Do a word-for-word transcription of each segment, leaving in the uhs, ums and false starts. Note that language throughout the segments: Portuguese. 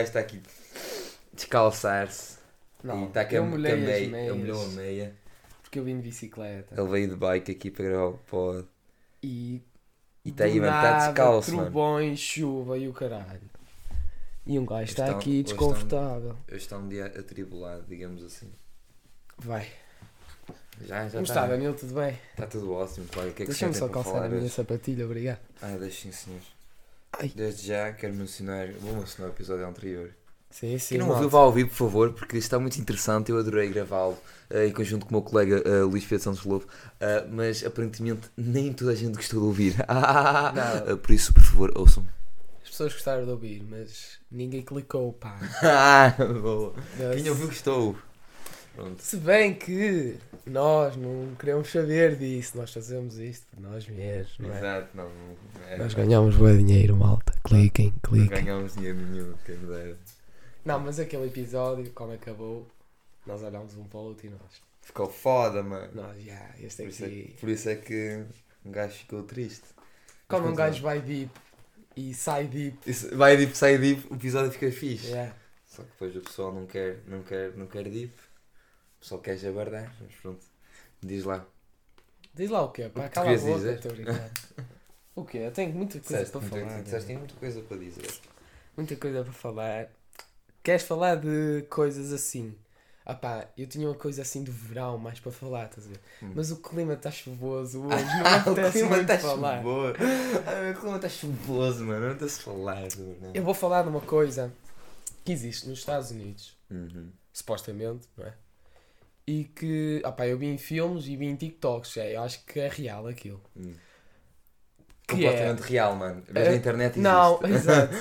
está aqui descalçar-se. Não, e está aqui eu a molhei as meia. meias. Ele molhou a meia. Porque eu vim de bicicleta. Ele veio de bike aqui para gravar o pod. E... E está aí, do mano, está nada, descalço, mano. trovões, chuva e o caralho. E um gajo está Hoje aqui está- hoje desconfortável. Hoje está um dia atribulado, digamos assim. Vai. Já, já Como está. está, Danilo? Tudo bem? Está tudo ótimo, claro. O que é que Deixa-me se só tem para calçar falar a minha hoje? sapatilha, obrigado. Ah, deixa sim, senhor. Ai. Desde já quero mencionar, vou mencionar o episódio anterior. Sim, sim. Quem não malta. ouviu, vá ouvir, por favor, porque está muito interessante. Eu adorei gravá-lo uh, em conjunto com o meu colega uh, Luís Pedro Santos Lobo, uh, mas aparentemente nem toda a gente gostou de ouvir. Não. Uh, por isso, por favor, ouçam. As pessoas gostaram de ouvir, mas ninguém clicou, pá. Ah, boa. Mas- Quem ouviu, gostou. Pronto. Se bem que nós não queremos saber disso, nós fazemos isto por nós mesmos, não é? Exato, não. não é, Nós ganhamos bom dinheiro, malta. Cliquem, não cliquem. ganhámos dinheiro nenhum, quem me dera. Não, mas aquele episódio, como acabou, nós olhámos um para o outro e nós. Ficou foda, mano. Nós, já, este Por isso, é, aqui. por isso é que um gajo ficou triste. Como um Mas gajo vai deep e sai deep. Isso, vai deep, sai deep, o episódio fica fixe. Yeah. Só que depois o pessoal não quer, não quer, não quer deep. O pessoal quer jabardar, mas pronto. Diz lá. Diz lá o quê? Pá, O que cala a tu querias boca, dizer? estou a brincar. O quê? Eu tenho muita coisa Disseste para muita, falar. disseste, né? tinha muita coisa para dizer. Muita coisa para falar. Queres falar de coisas assim? Ah pá, eu tinha uma coisa assim de verão mais para falar, estás a ver? Hum. Mas o clima está chuvoso hoje, não Ah, o apetece clima muito está falar. chuvoso. Ah, o clima está chuvoso, mano. Não está-se falar. Não. Eu vou falar de uma coisa que existe nos Estados Unidos, Uhum. supostamente, não é? E que, ah pá, eu vi em filmes e vi em TikToks, é, eu acho que é real aquilo. Hum. Que é- Completamente real, mano. Vês É- na internet existe. Não, exato.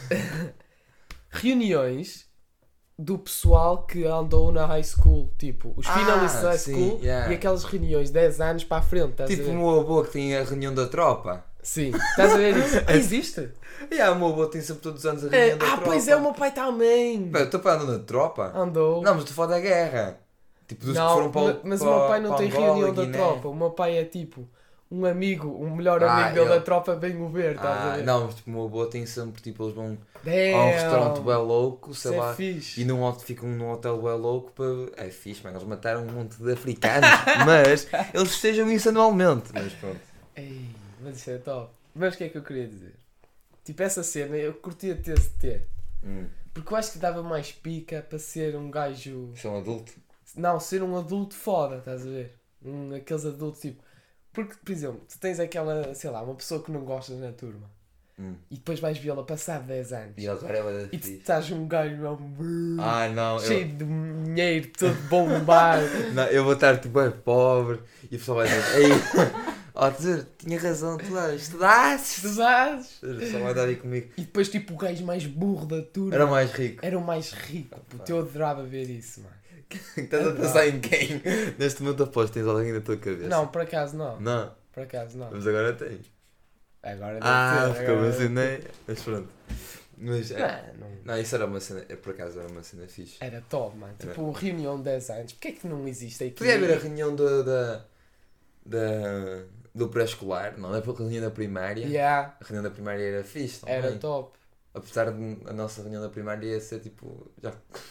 Reuniões do pessoal que andou na high school, tipo, os Ah, finalistas da high sim, school yeah. e aquelas reuniões dez anos para a frente, estás Tipo a o ver? meu avô que tinha a reunião da tropa. Sim, estás a ver isso? Existe? E ah, o meu avô tem sempre todos os anos a reunião É, da ah, tropa. pois é, o meu pai também. Pá, eu estou para andar na tropa? Andou. Não, mas tu fala da guerra. Tipo, dos que Não, foram para o ma- mas para, o meu pai não para tem Angola, reunião da Guiné. tropa. O meu pai é tipo um amigo, o melhor Ah, amigo dele ele- da tropa vem o ver, estás a Ah, ver? não, mas tipo, o meu avô tem sempre, tipo, eles vão Damn, a um restaurante bem louco, sei isso lá, é fixe. e num, hot- ficam num hotel bem louco para... É fixe, mano, eles mataram um monte de africanos, mas eles festejam isso anualmente. Mas pronto. Ei, mas isso é top. Mas o que é que eu queria dizer? Tipo, essa cena eu curtia ter de ter. Hum. Porque eu acho que dava mais pica para ser um gajo. Isso é um adulto? Não, ser um adulto foda, estás a ver? Um, aqueles adultos tipo. Porque, por exemplo, tu tens aquela, sei lá, uma pessoa que não gostas na turma Hum. e depois vais vê-la passar dez anos E agora ela é e tu fixe. estás um gajo mesmo, Ah, não, cheio eu, de dinheiro, todo bombado. não, eu vou estar tipo, é pobre, e o pessoal vai dizer, ei, ó, dizer, tinha razão, tu lá, estudaste. Pesados. O pessoal vai dar aí comigo. E depois, tipo, o gajo mais burro da turma Era o mais rico. era o mais rico. Puto, eu adorava ver isso, mano. Estás a pensar em quem? Neste momento aposto, tens alguém na tua cabeça. Não, por acaso não. Não, Por acaso não. mas agora tens. Agora deve Ah, ter, porque eu agora deve mencionei. Mas pronto. Mas, ter. é, Não, não. não, isso era uma cena, é, por acaso era uma cena fixe. Era top, mano. Tipo, reunião de dez anos. Porquê é que não existe aqui? Podia haver a reunião da, da, da- do pré-escolar, não, da reunião da primária. Yeah, A reunião da primária era fixe também. era top. Apesar de a nossa reunião da primária ia ser tipo. Já...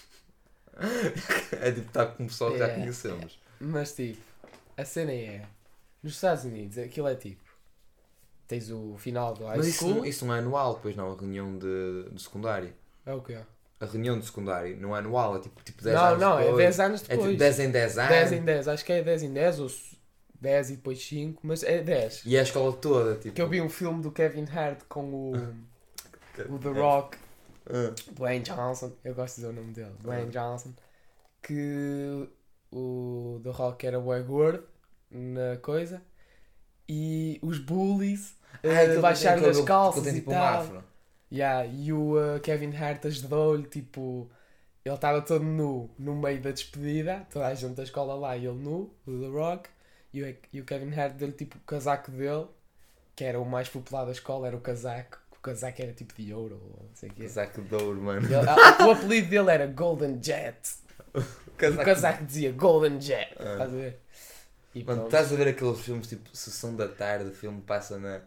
é tipo estar com o pessoal que já É. conhecemos. Mas tipo, a cena é. Nos Estados Unidos, aquilo é tipo. Tens o final do high Mas isso, school. não- isso não é anual, depois não, a reunião de, de secundário. É o quê? A reunião de secundário não é anual, é tipo, tipo dez Não, anos não, é depois. dez anos É depois. tipo dez em dez anos. dez em dez, acho que é dez em dez ou dez e depois cinco, mas é dez. E é a escola toda, tipo. Que eu vi um filme do Kevin Hart com o, o The Rock, Ah. Dwayne Johnson, eu gosto de dizer o nome dele, Dwayne Johnson, que o The Rock era bué gordo na coisa e os bullies Ah, eh, aquele baixaram tem as cabelo- calças tem e tipo um tal. afro. Yeah, e o uh, Kevin Hart ajudou-lhe, tipo, ele estava todo nu no meio da despedida, toda a gente da escola lá e ele nu, o The Rock, e o, e o Kevin Hart deu-lhe tipo o casaco dele, que era o mais popular da escola, era o casaco, que o casaco era tipo de ouro, ou não sei o quê. Casaco de ouro, mano. Ele- a- o apelido dele era Golden Jet, Casaco- o casaco dizia Golden Jet, Ah. estás a ver? E Mano, pronto. estás a ver aqueles filmes tipo Sessão da Tarde, o filme passa na,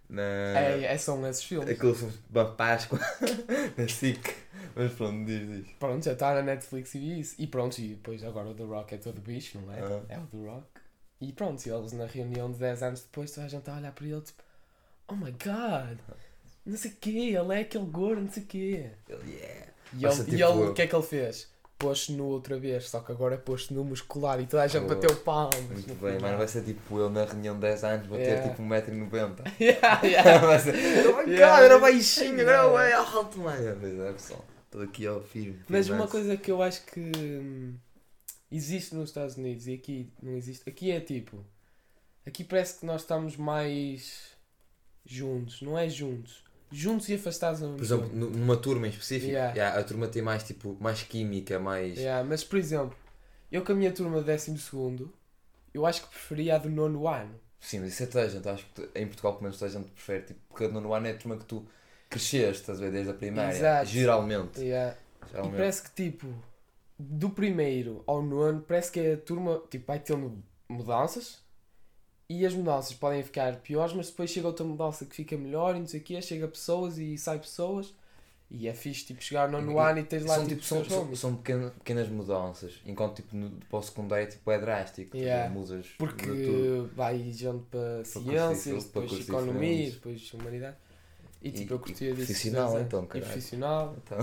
na... É, é, são esses filmes. Aquele filme da Páscoa, na S I C. Mas pronto, diz, diz. Pronto, já está na Netflix e vi isso. E pronto, e depois agora o The Rock é todo bicho, não é? Ah. É o The Rock. E pronto, e eles na reunião de dez anos depois, toda a gente está a olhar para ele tipo, oh my god, não sei o quê, ele é aquele gordo, não sei o quê. Ele, yeah. E Vai ele, ser e tipo ele, eu. o que é que ele fez? Pôs-se nu outra vez, só que agora pôs-se nu muscular e toda a gente Boa. bateu palmas. Muito no bem, final. mano, vai ser tipo eu na reunião de dez anos, vou ter Yeah. tipo um metro e noventa. Yeah, yeah. Vai ser, oh my Yeah. god, era baixinho, Yeah. agora é alto, mano. Pois é, pessoal, estou aqui ao firme. Mas firme. uma coisa que eu acho que hum, existe nos Estados Unidos e aqui não existe, aqui é tipo, aqui parece que nós estamos mais juntos, não é juntos, juntos e afastados ao Por mesmo exemplo, tempo. nu- numa turma em específico, Yeah. yeah, a turma tem mais tipo, mais química, mais... Yeah, mas por exemplo, eu com a minha turma de décimo segundo, eu acho que preferia a do nono ano. Sim, mas isso é toda a gente, acho que tu- em Portugal pelo menos toda a gente prefere, tipo, porque no ano é a turma que tu cresceste, estás a ver, desde a primária, Exato. geralmente. Yeah. E geralmente. parece que tipo, do primeiro ao nono, parece que a turma tipo, vai tendo mudanças. E as mudanças podem ficar piores, mas depois chega outra mudança que fica melhor e não sei o quê, chega pessoas e sai pessoas. E é fixe tipo, chegar no nono ano e tens lá São, tipo, tipo, são, os são, homies. são pequenas, pequenas mudanças, enquanto tipo, no, para o secundário tipo, é drástico, Yeah. tipo, mudas, muda tudo. Porque vai gente para ciências, cursos- para depois cursos economia, diferentes. depois humanidade. E E- tipo, eu e curtia disso. profissional, dez anos. então, E caralho. profissional. Então,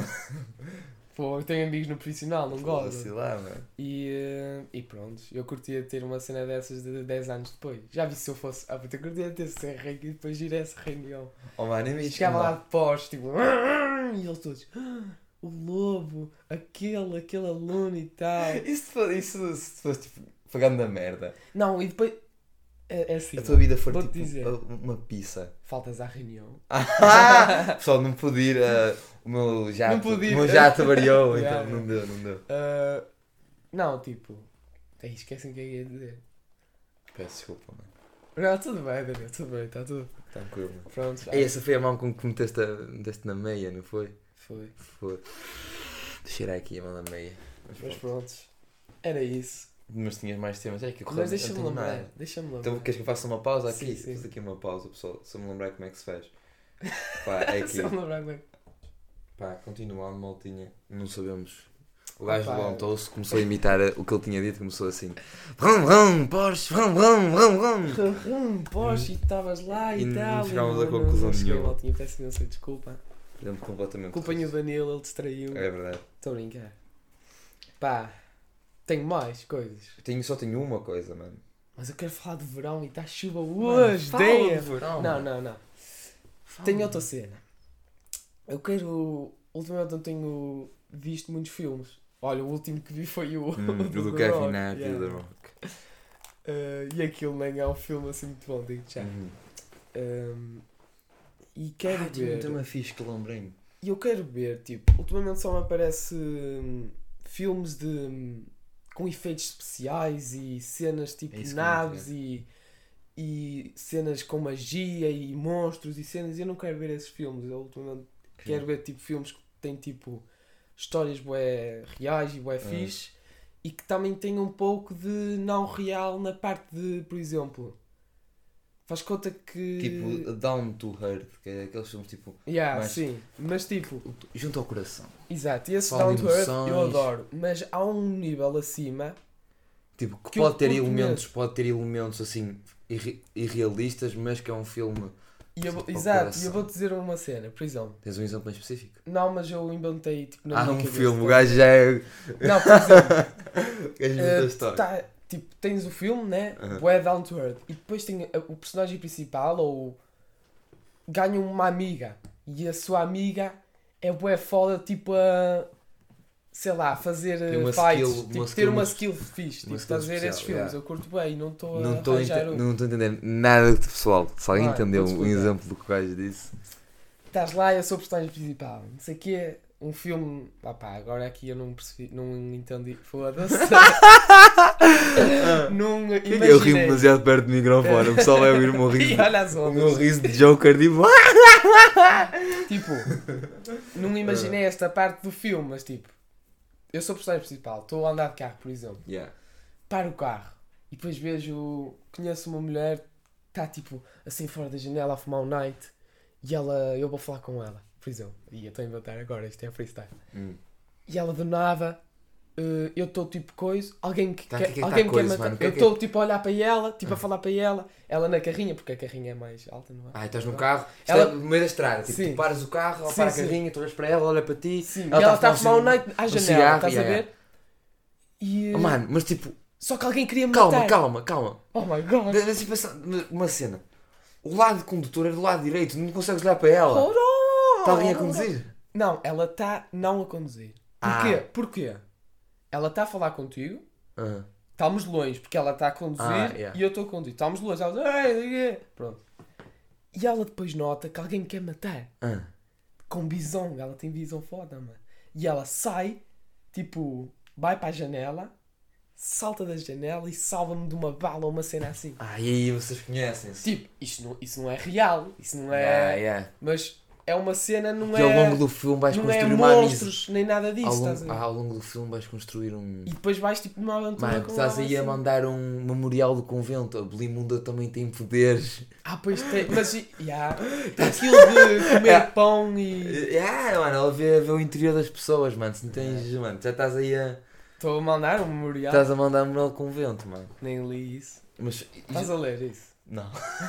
Pô, eu tenho amigos no profissional, não gosto. sei lá, mano. E, eh, e pronto, eu curtia ter uma cena dessas de dez anos depois. Já vi se eu fosse. Ah, puta, eu curtia ter ser rei e depois ir a essa reunião. Oh, mano, nem E me chegava não. lá de pós, tipo. E eles todos. "Ah, o lobo, aquele, aquele aluno e tal. Isso, se fosse- isso se fosse tipo, pagando da merda. Não, e depois. É, é assim. A tua vida for vou-te tipo dizer. uma pizza. Faltas à reunião. Ah, pessoal, não pude ir. ah, o meu jato, Não pude ir. o meu jato variou, Yeah, então não deu, não deu. Ah, não, tipo. Ei, esquecem o que é que ia dizer. Peço desculpa, mano. Não, tudo bem, Daniel, tudo bem, está tudo. Tranquilo, mano. Pronto. Ei, essa foi a mão com que meteste, a- meteste na meia, não foi? Foi. Foi. Cheirei aqui a mão na meia. Mas, Mas pronto. pronto. Era isso. Mas tinhas mais temas. É que eu Mas não deixa-me tenho lembrar. nada. Deixa-me lembrar. Então queres que eu faça uma pausa aqui? Sim, sim. Faço aqui uma pausa, pessoal. Se eu me lembrar como é que se faz. Pá, é aqui. Deixa-me lembrar como é que- Pá, continuando, maltinha. Não sabemos. O gajo Opa. levantou-se, começou a imitar o que ele tinha dito, começou assim. Vrum, vrum, Porsche, vrum, vrum, vrum, vrum. Hum, Porsche, e estavas lá e, E não tal. chegámos e a conclusão não cheguei, nenhuma. maltinha, peço imensa desculpa. Perdemos completamente. Culpem o Danilo, ele distraiu. É verdade. Estou a brincar. Pá, tenho mais coisas. Eu tenho, só tenho uma coisa, mano. Mas eu quero falar de verão e está chuva Mano, hoje, fala damn. de verão, Não, mano. não, não. Fala. Tenho outra cena. Eu quero. Ultimamente não tenho visto muitos filmes. Olha, o último que vi foi o, Hum, o do The Kevin Rock, Hart e yeah. o The Rock. Uh, e aquilo nem é um filme assim muito bom, digo já. Uhum. Um, e quero Ah, tinha um ver. tema fixe que lembrei-me. E eu quero ver, tipo, ultimamente só me aparece hum, filmes de hum, com efeitos especiais e cenas tipo É isso que naves eu e, e cenas com magia e monstros e cenas. E eu não quero ver esses filmes. Eu ultimamente quero ver tipo filmes que têm tipo histórias bué reais e bué fixe e que também têm um pouco de não real na parte de, por exemplo, faz conta que. Tipo, Down to Earth, que é aqueles filmes tipo. Yeah, mas- sim, mas tipo, Junto ao coração. exato, e esse Fala Down de to Earth eu emoções. adoro, mas há um nível acima. Tipo, que, Que eu pode ter curto elementos, pode ter elementos assim irre- irrealistas, mas que é um filme. E eu, Sim, para o exato, e coração. eu vou-te dizer uma cena, por exemplo. Tens um exemplo em específico? Não, mas eu inventei tipo na Ah, minha um cabeça, filme, o tá? gajo já é. Não, por exemplo, O gajo eh, muda a história. tá, tipo, tens o filme, né? Aham. Bué Down to Earth. E depois tem a- o personagem principal, ou ganha uma amiga. E a sua amiga é bué foda, tipo a. Sei lá, fazer Tem eh, uma fights. skill- tipo, uma ter skill uma muito- skill fixe. Tipo, uma estás a ver skill esses especial, filmes. yeah. Eu curto bem, não estou a Não estou a arranjar ente- um. não estou a entender nada de pessoal. Se alguém Ah, entendeu vou-te um explicar. exemplo do que o gajo disse. Estás lá e eu sou o personagem principal. Não sei o quê. Um filme. Ah pá, agora aqui eu não percebi, não entendi. Foda-se. não imaginei. Eu rimo demasiado perto do microfone. O pessoal vai ouvir o meu E riso. olha as O ondas. meu riso de Joker tipo. Tipo, não imaginei esta parte do filme, mas tipo, eu sou o personagem principal, estou a andar de carro, por exemplo, Yeah. paro o carro e depois vejo, conheço uma mulher está tipo assim fora da janela a fumar um night e ela, eu vou falar com ela, por exemplo, e eu estou a inventar agora, isto é freestyle. Hum. E ela do nada, uh, eu estou tipo coisa, alguém que Tá, quer, que é que alguém tá me quer coisa, matar, mano? Que é eu que- estou tipo a olhar para ela, tipo Ah. a falar para ela, ela na carrinha, porque a carrinha é mais alta, não é? Ah, estás no carro, isto Ela- é no meio da estrada, tipo, Sim. tu paras o carro, ela Sim, para a sim. carrinha, tu olhas para ela, olha para ti, Sim, ela e ela está a um fumar um cig- night à um janela, cigarro, estás yeah, a yeah. ver? E, Oh, mano, mas tipo, só que alguém queria me calma, matar. calma, calma. Oh my god. Deve assim pensar uma cena. O lado de condutor é do lado direito, não consegues olhar para ela. Hold on. Está alguém a conduzir? Não, ela está não a conduzir. Porquê? Ah. Porquê? Ela está a falar contigo, Ah. estamos longe, porque ela está a conduzir Ah, yeah. e eu estou a conduzir. Estamos longe, ela diz, ei, ei, ei. Pronto. E ela depois nota que alguém me quer matar. Ah. Com visão, ela tem visão foda, mano. E ela sai, tipo, vai para a janela, salta da janela e salva-me de uma bala ou uma cena assim. Ah, e aí vocês conhecem-se? Tipo, isto não, isso não é real, isso não é... Yeah, yeah. Mas é uma cena, não E é... ao longo do filme vais não é construir uma amizade. monstros, nem nada disso, Ao estás longo, a ver? ah, ao longo do filme vais construir um... E depois vais, tipo, numa aventura Mano, com estás ela, aí a assim. mandar um memorial do convento. A Belimunda também tem poderes. Ah, pois tem, mas, yeah, aquilo de comer pão e... Ah, mano, ela vê, vê o interior das pessoas, mano. Se não tens, mano, já estás aí a... Estou a mandar um memorial. Estás a mandar memorial do convento, mano. Nem li isso. Mas... Estás a ler isso? Não.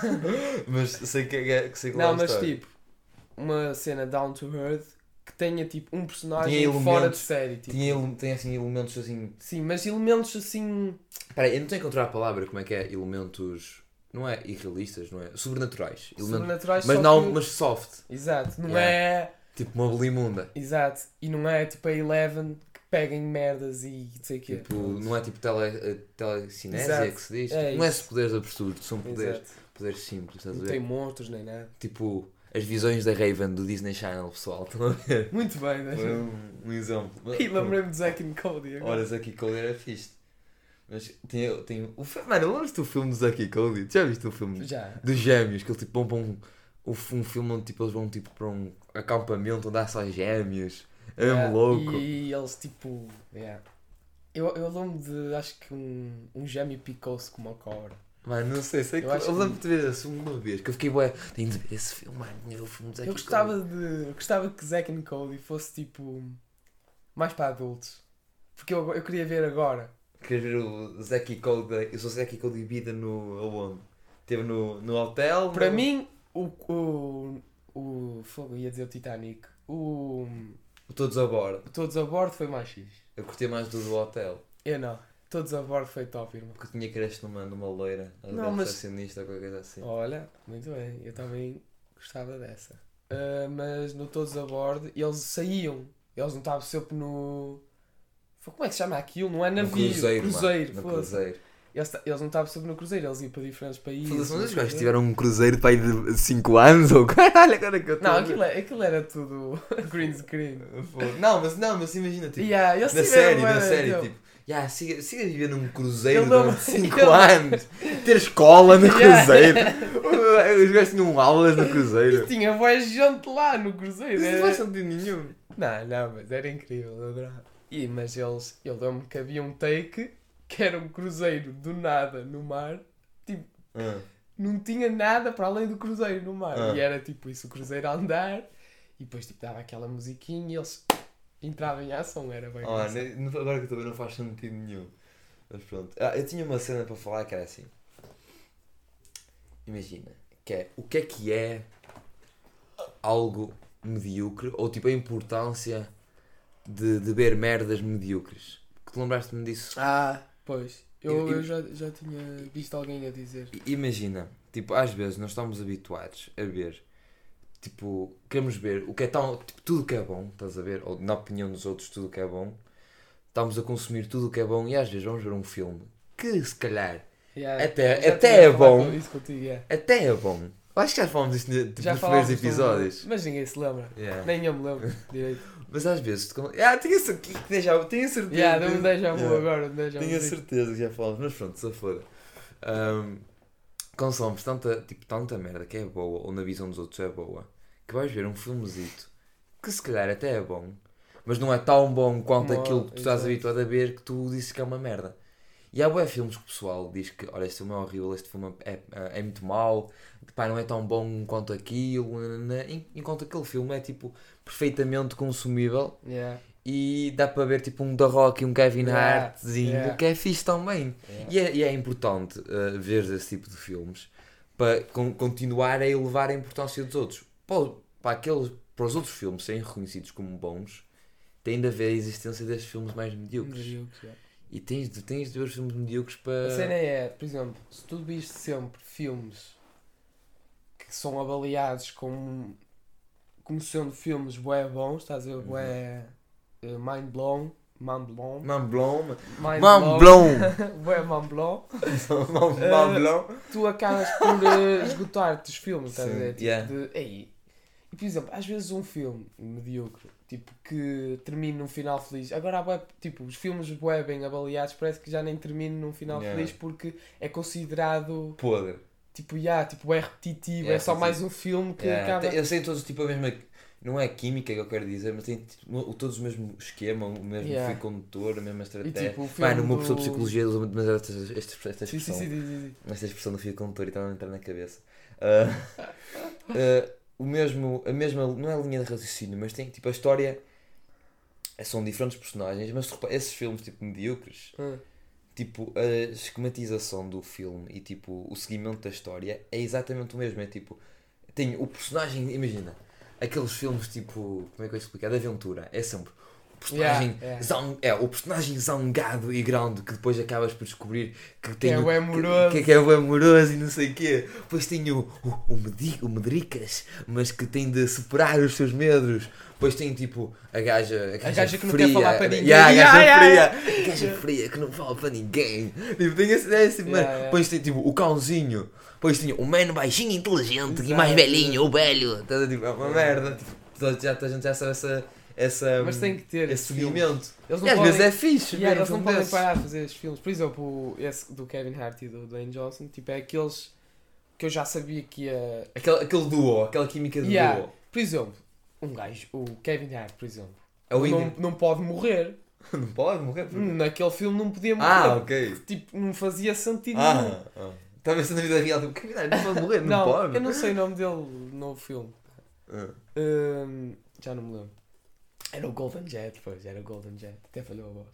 Mas sei que é que sei qual é Não, a mas história. tipo, uma cena down to earth que tenha tipo um personagem Tinha fora de elementos- série. Tipo. Tinha, ele- tem assim elementos assim... Sim, mas elementos assim... Espera aí, eu não tenho que encontrar a palavra, como é que é? Elementos... Não é irrealistas, não é? Sobrenaturais. Elementos... sobrenaturais, Mas só não, que- mas soft. Exato, não Yeah. é... Tipo uma belimunda. Exato, e não é tipo a Eleven que pega em merdas e não sei o quê. Tipo, não é tipo tele, eh, telecinésia Exato. que se diz. É não é isso. poderes absurdos, são poderes, Exato. poderes simples, estás a Não ver? tem monstros nem nada. Tipo, as visões da Raven do Disney Channel, pessoal, estão a ver? Muito bem, né? Foi um, um exemplo. E lembrei-me de Zack and Cody agora. Olha, Zack e Cody era fixe. Mas tem, tem o filme. Mano, lembras-te do filme do Zack e Cody? Já viste o filme Já. dos gêmeos? Que eles tipo vão para um, um, um filme onde tipo, eles vão tipo para um acampamento onde há só gêmeos. É mesmo Yeah, louco. E eles tipo... Yeah. Eu, eu lembro de, acho que um, um gêmeo picou-se com uma cobra. Mano, não sei, sei que Eu eu, acho que- lembro de ver esse filme uma vez, que eu fiquei bué, tenho de ver esse filme, mano, eu o filme do Zack Eu e gostava Cody. de. Eu gostava que Zack and Cody fosse tipo. Mais para adultos. Porque eu, eu queria ver agora. Queres ver o Zack e Cody, eu sou Zack e Cody vida no, aonde? Teve no, no hotel? Para no... mim, o. O. O. Fogo, ia dizer o Titanic. O. O Todos a Bordo. o Todos a Bordo foi mais fixe. Eu curti mais do do hotel, Eu não. Todos a Bordo foi top, irmão. porque eu tinha creche numa, numa loira, a Não, não, mas- recepcionista ou qualquer coisa assim. Olha, muito bem. Eu também gostava dessa. Ah, mas no Todos a Bordo, eles saíam. Eles não estavam sempre no. Foi- Como é que se chama aquilo? Não é No navio. cruzeiro, Cruzeiro. mano, no foda-se. cruzeiro. Eles, ta- eles não estavam sempre no cruzeiro, eles iam para diferentes países. Foda-se, mas não os sei gajos o quê. tiveram um cruzeiro de pai de cinco anos ou caralho, agora que eu estou Não, a ver. aquilo, é- aquilo era tudo green screen. Foda- Não, mas não, mas imagina, tipo, Yeah, eles na tiveram série, bué na de série, tempo. tipo, yeah, siga, siga a viver num cruzeiro Eu lembro- durante cinco eu- anos, ter escola no Yeah. cruzeiro, os gajos tinham aulas no cruzeiro. E tinha boa gente lá no cruzeiro. Isso não Era... faz sentido nenhum. Não, não, mas era incrível, eu adorava. E, mas eles, eu lembro que havia um take que era um cruzeiro do nada no mar, tipo, Ah. não tinha nada para além do cruzeiro no mar. Ah. E era tipo isso, o cruzeiro a andar, e depois tipo dava aquela musiquinha e eles entravam em ação, era bem Ah, engraçado. ne- não- agora que também não faz sentido nenhum. Mas pronto. Ah, eu tinha uma cena para falar que era assim. Imagina, que é o que é que é algo medíocre, ou tipo a importância de, de ver merdas medíocres. Que tu lembraste-me disso? Ah, pois. Eu, Eu- eu- eu já, já tinha visto alguém a dizer. I- Imagina, tipo, às vezes nós estamos habituados a ver, tipo, queremos ver o que é tão, tipo, tudo o que é bom, estás a ver? Ou na opinião dos outros, tudo o que é bom. Estamos a consumir tudo o que é bom e às vezes vamos ver um filme que se calhar Yeah, Até- já até tinha é falado bom. Isso contigo, yeah. até é bom. Eu acho que já falámos disto ne- tipo, Já nos primeiros falámos sobre- episódios. Mas ninguém se lembra. Yeah. Nem eu me lembro direito. Mas às vezes, tu... ah, tenho, cer- que- que déjà- tenho certeza. Yeah, deu-me um déjà vu Yeah. agora. Um déjà Tenho a vu. certeza que já falámos, mas pronto, se for. Um, consomos tanta, tipo, tanta merda que é boa, ou na visão dos outros é boa, que vais ver um filmezito que se calhar até é bom, mas não é tão bom quanto Como- aquilo que tu estás exato. habituado a ver que tu dizes que é uma merda. E há bué filmes que o pessoal diz que, olha, este filme é horrível, este filme é, é, é muito mau, pá, não é tão bom quanto aquilo, nanana. Enquanto aquele filme é tipo perfeitamente consumível Yeah. e dá para ver tipo um The Rock e um Kevin Yeah, Hartzinho yeah. que é fixe também. Yeah. E, é, e é importante uh, ver esse tipo de filmes para con- continuar a elevar a importância dos outros. Para, para, aqueles, para os outros filmes serem reconhecidos como bons, tem de haver a existência destes filmes mais medíocres. Medíocres, yeah. E tens de, tens de ver os filmes medíocres para... A cena é, por exemplo, se tu viste sempre filmes que são avaliados como, como sendo filmes bué bons, estás a ver, bué uh, mind blown, mind blown, Man blown. mind Man blown, blown. bué mind blown, Man blown. tu acabas por uh, esgotar-te os filmes, estás a Sim, ver, tipo yeah. de, ei. E por exemplo, às vezes um filme medíocre, tipo, que termina num final feliz, agora há bué, tipo, os filmes bué bem avaliados parece que já nem terminam num final Yeah. feliz porque é considerado, Podre. tipo, yeah, tipo, é repetitivo, Yeah, é só sim, mais sim. um filme que Yeah. acaba... Eles têm todos tipo a mesma... Não é química que eu quero dizer, mas têm tipo, o- todos o mesmo esquema, o mesmo Yeah. fio condutor, a mesma E estratégia. tipo, o filme Mano, uma pessoa do- de psicologia usa muito mais esta, esta, esta, esta Sim, expressão. sim, sim, sim, sim. Esta expressão do fio condutor e está a entrar na cabeça. Ah, ah, o mesmo, a mesma, não é a linha de raciocínio, mas tem tipo a história. São diferentes personagens, mas se repara, esses filmes tipo medíocres, Hum. tipo a esquematização do filme e tipo o seguimento da história é exatamente o mesmo. É tipo, tem o personagem, imagina, aqueles filmes tipo, como é que eu ia explicar? De aventura, é sempre o personagem, Yeah, yeah. zang- é, o personagem zangado e grande que depois acabas por descobrir que tem é o- o amoroso. que, que é o amoroso e não sei o quê. Depois tem o, o, o, Medi- o Medricas, mas que tem de superar os seus medos. Depois tem tipo a gaja, a gaja, gaja que não fria, quer falar para ninguém. Yeah, a gaja Yeah, yeah, fria, a gaja fria que não fala para ninguém. Tipo, tem esse, esse Yeah, mas yeah. depois tem tipo o cãozinho. Depois tinha o mano baixinho inteligente e Exato, mais velhinho, exato. o velho. Estás a tipo, é uma merda. Tipo, toda- já, a gente já sabe essa, essa, Mas tem que ter esse esse filme. seguimento. Eles E não às podem... vezes é fixe Yeah, ver um eles não filme podem desses. parar de fazer esses filmes. Por exemplo, esse do Kevin Hart e do Dwayne Johnson, tipo, é aqueles que eu já sabia que ia... Aquele, aquele duo, aquela química de Yeah. duo. Por exemplo, um gajo, o Kevin Hart, por exemplo, É o não, Indian. não pode morrer. Não pode morrer. porque- Naquele filme não podia morrer. Ah, ok. Tipo, não fazia sentido nenhum. Ah, ah. Estava a ser na vida real. Tipo, que vida, não pode morrer, não, Não, pode. eu não sei o nome dele no filme. Ah. Hum, já não me lembro. Era o Golden Jet, pois, era o Golden Jet. Até falhou a voz.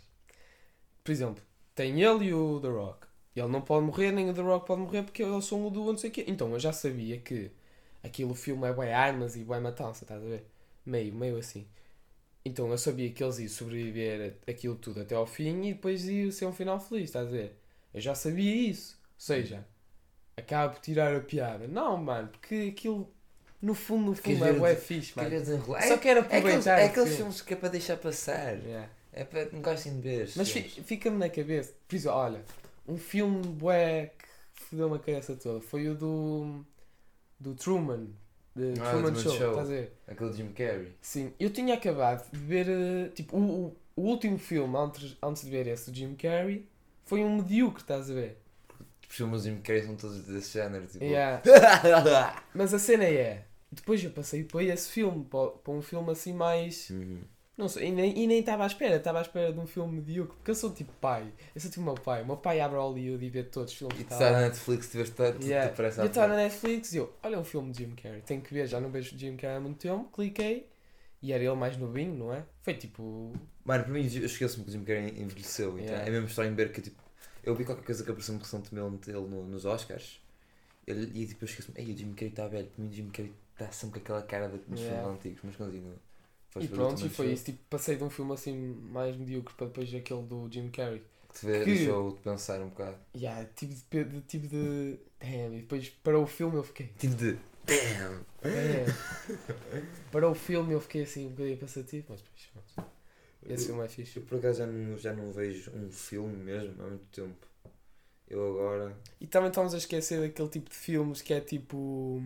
Por exemplo, tem ele e o The Rock. Ele não pode morrer, nem o The Rock pode morrer porque eles são o duo, não sei o quê. Então eu já sabia que aquilo filme é bué armas e bué matança, estás a ver? Meio, meio assim. Então eu sabia que eles iam sobreviver a- aquilo tudo até ao fim e depois ia ser um final feliz, estás a ver? Eu já sabia isso. Ou seja, acaba por tirar a piada. Não, mano, porque aquilo, no fundo, no fundo, é ver- bué fixe, mano. Queria desenrolar. Só quero É aqueles, aproveitar é o aqueles filme. filmes que é para deixar passar. Yeah. É para que não gostem de ver. Mas filmes. fi- fica-me na cabeça. Por isso, olha, um filme bué que fodeu-me a cabeça toda foi o do, do Truman. De Ah, Truman, Truman Show, Show. estás a ver? Aquele Jim Carrey. Sim, eu tinha acabado de ver, eh, tipo, o, o, o último filme antes, antes de ver esse do Jim Carrey foi um medíocre, estás a ver? Os filmes do Jim Carrey são todos desse género. Tipo... Yeah. Mas a cena é, depois eu passei para esse filme, para, para um filme assim mais... Uhum. Não sei, e nem e nem estava à espera, estava à espera de um filme medíocre, porque eu sou tipo pai, eu sou tipo o meu pai, o meu pai abre Hollywood e vê todos os filmes E que tu está estás lá. na Netflix, tu vês tanto, Yeah. te parece Eu à estava na frente. Netflix e eu, olha um filme de Jim Carrey, tenho que ver, já não vejo Jim Carrey há muito tempo, cliquei e era ele mais novinho, não é? Foi tipo... Mano, para mim, eu esqueço-me que o Jim Carrey envelheceu. Então Yeah. é mesmo estranho ver que, tipo, eu vi qualquer coisa que apareceu-me recentemente ele no, nos Oscars ele, e tipo, eu esqueço-me, ei, o Jim Carrey está velho. Para mim, o Jim Carrey está sempre com aquela cara de, nos Yeah. filmes antigos, mas continua. Faz E ver pronto, também e foi show. isso, tipo, passei de um filme assim mais medíocre para depois aquele do Jim Carrey. Que te vê, Que- deixou de pensar um bocado. Yeah, tive de, pe- de, tive de... Damn, e depois para o filme eu fiquei... Tipo de. Damn! É. Para o filme eu fiquei assim um bocadinho pensativo, mas depois, pronto. Esse filme é fixe. Eu por acaso já não, já não vejo um filme mesmo há muito tempo. Eu agora. E também estamos a esquecer daquele tipo de filmes que é tipo...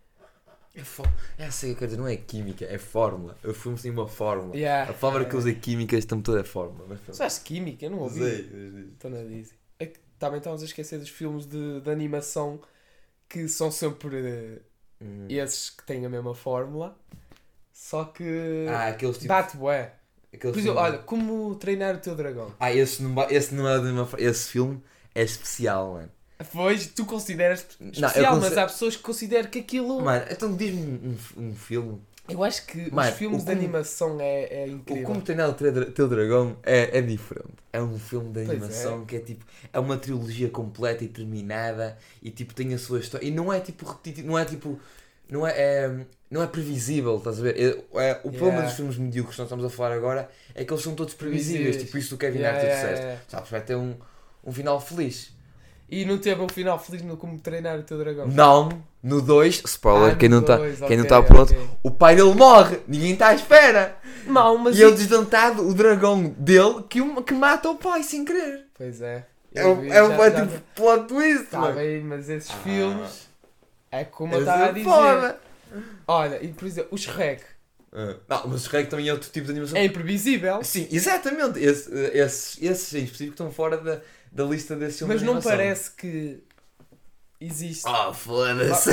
É, fó... é assim, quer dizer, não é química, é fórmula. O filme tem uma fórmula. Yeah, A palavra que yeah. usa química está toda é fórmula. Mas pronto. Usaste química? Eu não ouvi. Usei, usei. Estou na Disney. É que também estamos a esquecer dos filmes de, de animação que são sempre eh, Hum. esses que têm a mesma fórmula. Só que Ah, aqueles tipo. dá-te bué. Aquele Por filme... exemplo, olha, como treinar o teu dragão. Ah, esse não, vai- esse não é de uma... fra- Esse filme é especial, mano. Pois, tu consideras Não, eu especial, mas considero- há pessoas que consideram que aquilo... Mano, então diz-me um, um, um filme. Eu acho que Mano, os filmes o de como- animação é, é O incrível. Como Treinar o Teu Dra- Teu Dragão é, é diferente. É um filme de Pois animação é. que é tipo. É uma trilogia completa e terminada e tipo tem a sua história. E não é tipo repetitivo, não é tipo. Não é, é- não é previsível, estás a ver? É, é- o problema Yeah. dos filmes medíocres que nós estamos a falar agora é que eles são todos previsíveis. Previsíveis. Tipo isso do Kevin Yeah, Hart tu yeah, disseste. yeah. Sabes, vai ter um, um final feliz. E não teve um final feliz no Como Treinar o Teu Dragão. Não, no dois, spoiler, Ah, quem, no não tá, dois, quem não ok, está pronto, ok. o pai dele morre, ninguém está à espera. Não, mas... E ele desdentado, o dragão dele, que, o- que mata o pai sem querer. Pois é. É, Eu um- vi, é, um- já- é já- tipo plot twist, Tá mano. bem, mas esses Ah. filmes... É como eu Esse estava a é dizer. foda. Olha, e por exemplo, o Shrek Ah, Não, mas o Shrek também é outro tipo de animação. é imprevisível, Sim, exatamente. Esse, esses, esses em específico estão fora da, da lista desse filme mas de não animação. parece que existe. Oh, foda-se.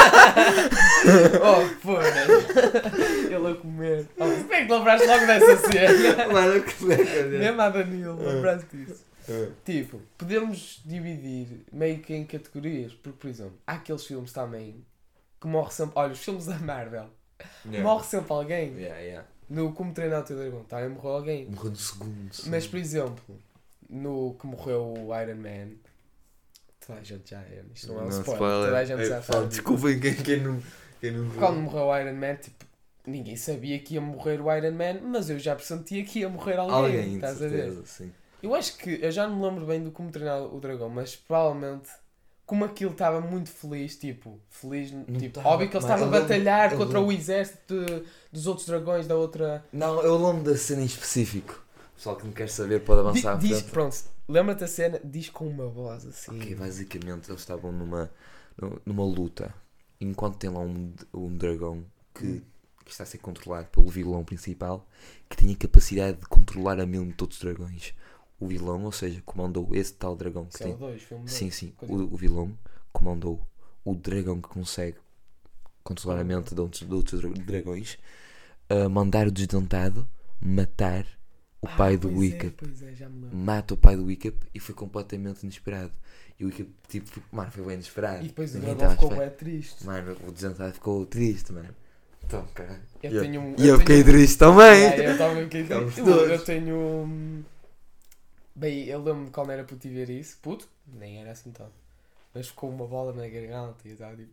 Oh, foda-se. Ele a comer. Oh, como é que lembraste logo dessa cena? Mano, que é Mesmo a Danilo, lembraste disso? Ah. Tipo, podemos dividir meio que em categorias, porque, por exemplo, há aqueles filmes também que morre sempre. Olha, os filmes da Marvel, morre sempre alguém. Yeah, yeah. No Como Treinar o Teu Dragão, também morreu alguém. Morreu no segundo. sim. Mas, por exemplo, no que morreu o Iron Man, toda a gente já é, isto não é um spoiler, toda a gente É, já pá, sabe. desculpem quem, quem não. Quem não viu. Quando morreu o Iron Man, tipo, ninguém sabia que ia morrer o Iron Man, mas eu já pressentia que ia morrer alguém, Alguém, de estás a ver? certeza, sim. Eu acho que, eu já não me lembro bem do Como Treinar o Dragão, mas provavelmente, como aquilo estava muito feliz, tipo, feliz, tipo, tava, óbvio que ele mas estava a eu lembro- batalhar eu contra lembro. o exército de- dos outros dragões da outra... Não, eu lembro da cena em específico. O pessoal que me quer saber pode Di- avançar à diz, frente. pronto, lembra-te a cena, diz com uma voz assim. Ok, basicamente eles estavam numa, nu- numa luta. Enquanto tem lá um, um dragão que, Hum. que está a ser controlado pelo vilão principal, que tem a capacidade de controlar a mente de todos os dragões. O vilão, ou seja, comandou esse tal dragão que Isso é o tem. dois, filme dois. Sim, sim. Coisa- O, o vilão comandou o dragão que consegue controlar a mente de outros, de outros dra- dragões, a mandar o desdentado matar o Ah, pai do pois Wicked. É, pois é, já me lembro. Mata o pai do Wicked e foi completamente inesperado. E o Wicked, tipo, foi- mano, foi bem inesperado. E depois o Ninguém dragão estava à ficou espera. bem triste. Mano, o desdentado ficou triste, mano. Então, cara. Eu E eu- tenho um. E eu tenho- fiquei triste também. Yeah, eu também fiquei Ficámos triste. Eu, eu todos. tenho. hum, Bem, eu lembro-me quando era puto e ver isso. Puto? Nem era assim tanto. Mas ficou uma bola na garganta e eu estava tipo.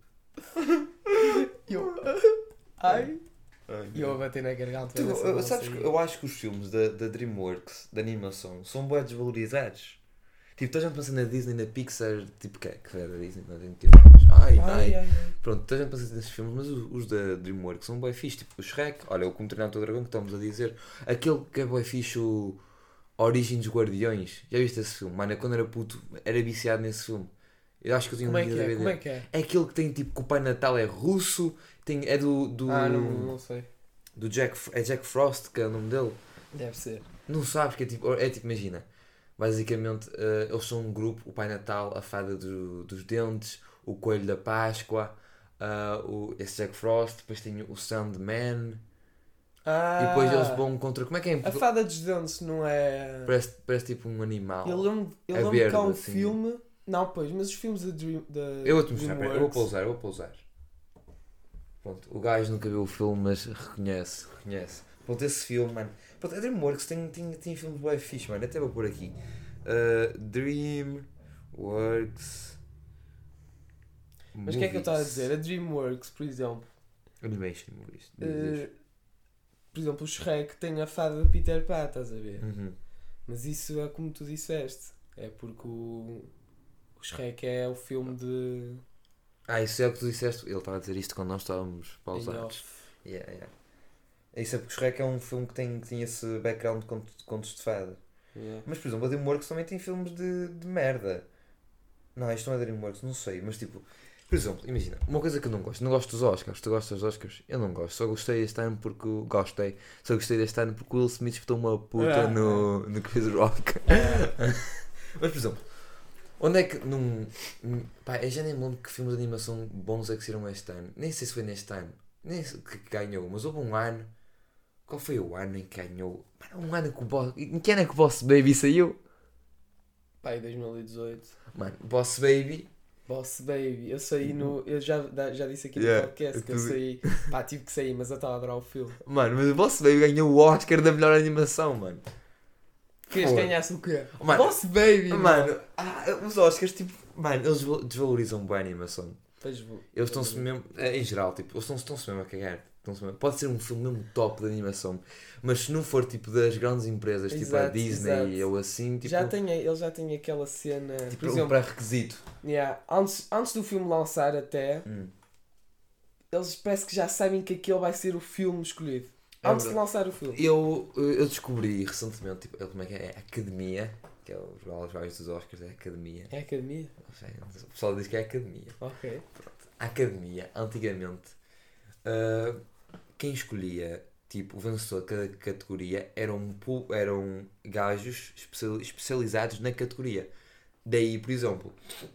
E eu. Ai! E eu a bater na garganta. Tu, ver essa eu- bola sabes que sair. eu acho que os filmes da, da DreamWorks, de animação, são bem desvalorizados. Tipo, toda a gente pensa na Disney, na Pixar, tipo, que é que é da Disney, não tem que ai, ai, Ai, ai, ai. Pronto, toda a gente pensa nesses filmes, mas os, os da DreamWorks são bem fixe. Tipo, o Shrek, olha, o Como Treinar o Teu Dragão que estamos a dizer. Aquele que é bem fixe, o Origem dos Guardiões. Já viste esse filme? Mano, eu quando era puto, era viciado nesse filme. Eu acho que eu tinha Como um é que vídeo é? D V D. Como é que é? É aquele que tem tipo que o Pai Natal é russo, tem, é do, do, Ah, não, não sei. do Jack, é Jack Frost, que é o nome dele. Deve ser. Não sabes que é tipo, é tipo, imagina, basicamente eh, eles são um grupo, o Pai Natal, a Fada do- dos Dentes, o Coelho da Páscoa, ah, o, esse Jack Frost, depois tem o Sandman, Ah, e depois eles vão contra, como é que é em A Portugal? Fada dos Dentes não é. Parece, parece tipo um animal. Eu lembro, eu É lembro verde, que há um assim. filme. Não, pois, mas os filmes da Dream. Da Eu vou-te mostrar, pera, eu vou DreamWorks- pousar, eu vou pousar. Pronto, o gajo nunca viu o filme, mas reconhece, reconhece. Pronto, esse filme, mano. Pronto, a DreamWorks tem, tem, tem filmes bem fixe, mano. Até vou pôr aqui. Uh, DreamWorks. Mas o que é que eu estava a dizer? A DreamWorks, por exemplo. Animation movies. eh, por exemplo, o Shrek tem a fada de Peter Pan, estás a ver? Uhum. Mas isso é como tu disseste. É porque o, o Shrek é o filme de. Ah, isso é o que tu disseste. Ele estava a dizer isto quando nós estávamos em pausados. off. Yeah, yeah. Isso é porque o Shrek é um filme que tem, que tem esse background de contos, de contos de fada. Yeah. Mas, por exemplo, a DreamWorks também tem filmes de, de merda. Não, isto não é DreamWorks, não sei. Mas, tipo, por exemplo, imagina, uma coisa que eu não gosto. Não gosto dos Oscars. Tu gostas dos Oscars? Eu não gosto. Só gostei este ano porque... Gostei. Só gostei deste ano porque o Will Smith botou uma puta Ah, no, no Chris Rock. Mas, por exemplo, onde é que num... num- Pá, eu já nem me lembro que filmes de animação bons é que saíram este ano. Nem sei se foi neste ano. Nem sei que ganhou. Mas houve um ano... Qual foi o ano em que ganhou? Mano, um ano que o Boss... Em que ano é que o Boss Baby saiu? Pai, dois mil e dezoito. Mano, Boss Baby... Boss Baby, eu saí no. Eu já, já disse aqui no Yeah, podcast que eu tudo- saí. Pá, tive que sair, mas eu estava a adorar o filme. Mano, mas o Boss Baby ganhou o Oscar da melhor animação, mano. Querias Pô. que ganhasse o quê? Mano, Boss Baby! Mano, ah, os Oscars, tipo... Mano, eles desvalorizam bem a animação. Pois vou. Eles estão-se mesmo... Em geral, tipo, eles estão-se estão-se mesmo a cagar. Estão-se mesmo- Pode ser um filme mesmo top de animação, mas se não for, tipo, das grandes empresas, tipo a Exato, Disney exato. ou assim, tipo... Já tem, ele já tem aquela cena. tipo por um exemplo, pré-requisito. yeah, antes, antes do filme lançar, até. Hum. Eles parece que já sabem que aquele vai ser o filme escolhido. É Antes de verdade. lançar o filme. Eu, eu descobri recentemente, tipo, como é que é? É Academia, que é os os vários dos Oscars, é Academia. É a academia? Não sei, o pessoal diz que é Academia. Ok. A Academia, antigamente, ah, quem escolhia, tipo, o vencedor de cada categoria eram, pu- eram gajos especial- especializados na categoria. Daí, por exemplo,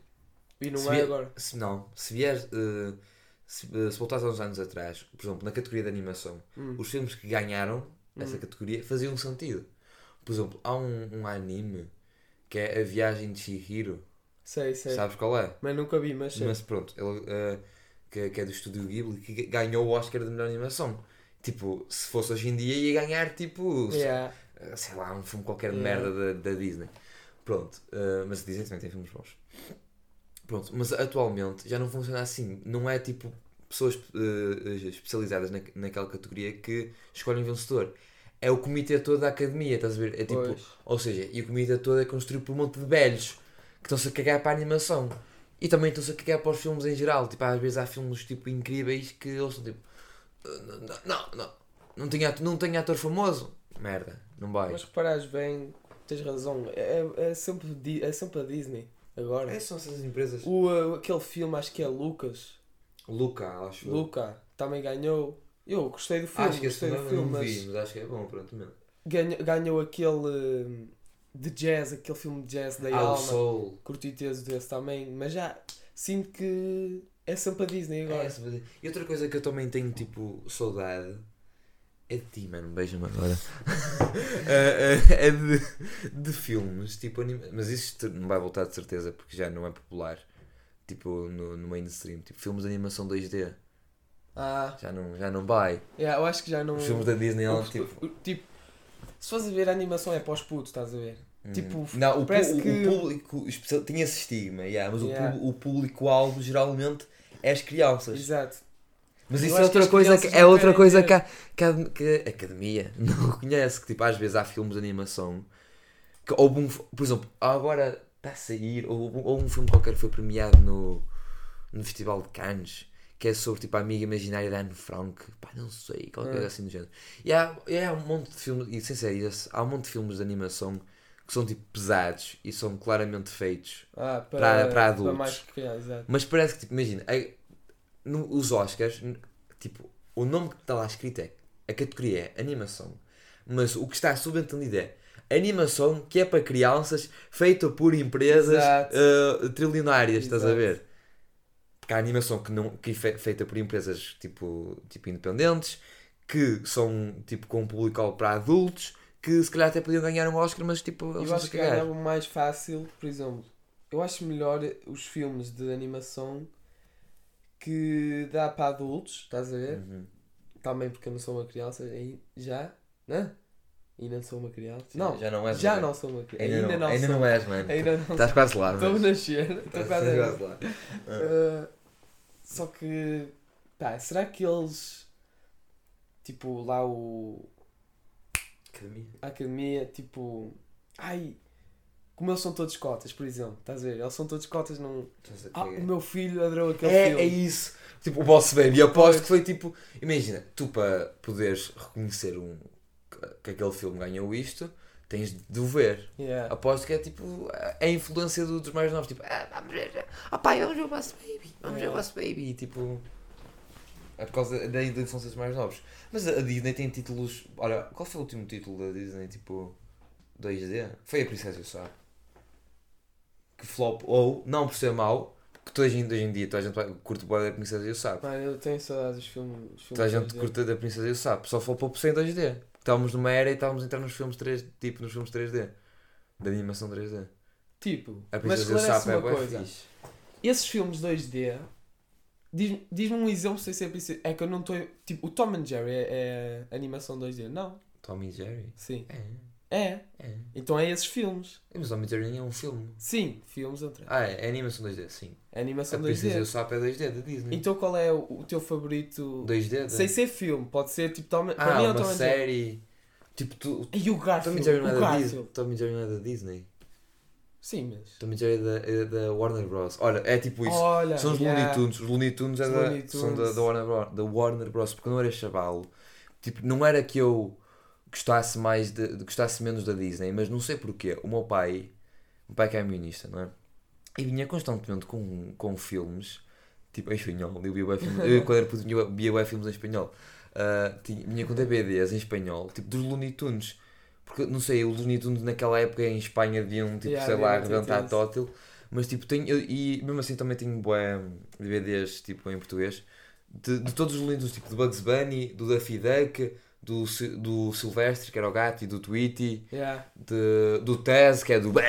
E não se é vier- agora. se não, se vier, ah, se, ah, se voltares há uns anos atrás, por exemplo, na categoria de animação, Hum. os filmes que ganharam essa Hum. categoria faziam sentido. Por exemplo, há um, um anime que é A Viagem de Chihiro. Sei, sei. Sabes qual é? Mas nunca vi, mas sei. Mas pronto, ele, eh, que, que é do estúdio Ghibli, que ga- ganhou o Oscar de melhor animação. Tipo, se fosse hoje em dia ia ganhar tipo, se- Yeah. eh, sei lá, um filme qualquer de Yeah. merda da, da Disney. Pronto, eh, mas a Disney também tem filmes bons. Pronto, mas atualmente já não funciona assim. Não é tipo pessoas eh, especializadas na, naquela categoria que escolhem vencedor. É o comitê todo da academia, estás a ver? É tipo, Pois. ou seja, e o comitê todo é construído por um monte de velhos que estão-se a cagar para a animação. E também estão-se a cagar para os filmes em geral. Tipo, às vezes há filmes tipo, incríveis que eles estão tipo. Não, não, não. Não tem ator, não tem ator famoso. Merda, não vai. Mas reparares bem, tens razão. É, é, sempre, Di- é sempre a Disney. Agora. É, são essas empresas. O, uh, aquele filme, acho que é Lucas. Luca, acho eu. Luca também ganhou. Eu gostei do filme, Acho que esse gostei filme do eu filme, não mas vi, mas acho que é bom, pronto mesmo. ganhou, ganhou aquele uh, de jazz, aquele filme de jazz da Ah, o alma. Soul. Curti teso desse também, mas já sinto que é sempre a Disney agora. É, essa coisa. E outra coisa que eu também tenho tipo saudade é de ti, mano. Beija-me agora. é, é- é de, de filmes, tipo anima... Mas isso não vai voltar de certeza porque já não é popular. Tipo no, no mainstream. Tipo filmes de animação dois D. Ah, Já não, já não vai. yeah, eu acho que já não. Os filmes da Disney, eu ela, gosto- tipo. o- tipo, se fores a ver a animação é para os putos, estás a ver? hum. tipo, não, o, parece pu- que- o público especial tinha esse estigma, yeah, mas Yeah. o, pu- o público-alvo geralmente é as crianças. Exato. Mas Eu isso acho é que outra as coisa que, crianças é não outra querem coisa ver. que a, que, a, que a academia não reconhece. Que tipo, às vezes há filmes de animação que houve um, por exemplo, agora está a sair, ou, ou um filme qualquer que foi premiado no, no Festival de Cannes, que é sobre tipo a amiga imaginária da Anne Frank, pá, não sei, qualquer Ah. coisa assim do género. E há, e há um monte de filmes, e sem ser esse, há um monte de filmes de animação que são tipo pesados e são claramente feitos. Ah, para, Para- para adultos. mais crianças, exato. Mas parece que, tipo, imagina, é- no- os Oscars, n- tipo, o nome que está lá escrito é, a categoria é animação, mas o que está subentendido é animação que é para crianças, feita por empresas Exato. uh, trilionárias, estás a Exato. ver? Porque há animação que, não, que é fe- feita por empresas tipo, tipo independentes, que são tipo com um público para adultos, que se calhar até podiam ganhar um Oscar, mas tipo, eles Eu estão-se acho a que cagar. ganhava mais fácil, por exemplo, eu acho melhor os filmes de animação que dá para adultos, estás a ver? Uhum. Também porque eu não sou uma criança, aí- já, né? Ainda não sou uma criança. Sim, não, já não és já uma- não sou uma criança. Ainda, Ainda, não, não, ainda sou. não és, mano. Ainda não Estás quase lá, Estou a mas... nascer, estou Estás quase a quase lá. Uh, Só que, pá, será que eles, tipo, lá o, Academia. a academia, tipo, ai, como eles são todos cotas, por exemplo, estás a ver? Eles são todos cotas num. Estás a Ah, cagar. o meu filho adorou aquele É, filme. é isso. Tipo, o Boss Baby, eu aposto que foi tipo. Imagina, tu para poderes reconhecer um, que aquele filme ganhou isto, tens de o ver. Yeah. Aposto que é tipo a influência do- dos mais novos. Tipo, ah, vamos ver. Ah, pai, vamos ver o Boss Baby. Vamos ver o É. Boss Baby. E, tipo. É por causa da influência dos mais novos. Mas a Disney tem títulos. Olha, qual foi o último título da Disney? Tipo. dois D? Foi a Princesa e o Sapo. Que flop. Ou, não por ser mau, porque hoje em, hoje em dia toda a gente vai- curte bué da Princesa e o Sapo. Mano, eu tenho saudades dos filmes. Dos filmes Toda a gente dois D. curte da Princesa e o Sapo. Só foi para o em dois D. Estávamos numa era e estávamos a entrar nos filmes três D, tipo nos filmes três D. Da animação três D. Tipo, A mas Princesa e o Sapo esclarece é uma bué coisa. fixe. Esses filmes dois D, diz- diz-me um exemplo sem ser princesa. É que eu não estou. Tipo, o Tom and Jerry é, é animação dois D? Não. Tom e Jerry? Sim. É, É. é. Então é esses filmes. Mas Tom e Jerry nem é um filme. Sim, filmes outra. Ah, é, é animação dois D, sim. É animação A dois Princesa e D. o Sapo é dois D da Disney. Então qual é o, o teu favorito? dois D? Da... Sem ser filme, pode ser tipo Tom. Para Ah, mim é o uma Tom and Jerry. série. Tipo, tu. E o Tom Garfield. e Jerry não o é da Disney. Garfield. Tom e Jerry não é da Disney. Sim, mas. Tom e Jerry é da, é da Warner Bros. Olha, é tipo isso. Olha, São os yeah. Looney Tunes. Os Looney Tunes, é Os da, Looney são da, Tunes. da, Warner Bros, da Warner Bros. Porque quando eu era chavalo, tipo, não era que eu gostasse mais de, de- gostasse menos da Disney, mas não sei porquê. O meu pai, o meu pai que é camionista, não é? E vinha constantemente com, com filmes, tipo em espanhol. Eu via bué filmes, eu quando era puto via via bué filmes em espanhol. Ah, tinha, vinha com D V Ds em espanhol, tipo dos Looney Tunes. Porque, não sei, os Looney Tunes naquela época em Espanha deviam, tipo, Yeah, sei lá, deviam ter arrebentar tido. tótil. Mas, tipo, tenho, eu- e mesmo assim também tenho bué D V Ds, tipo, em português, de, de todos os Looney Tunes, tipo, do Bugs Bunny, do Daffy Duck, do, Sil- do Silvestre, que era o gato, e do Tweety, Yeah. de, do Tez, que é do... O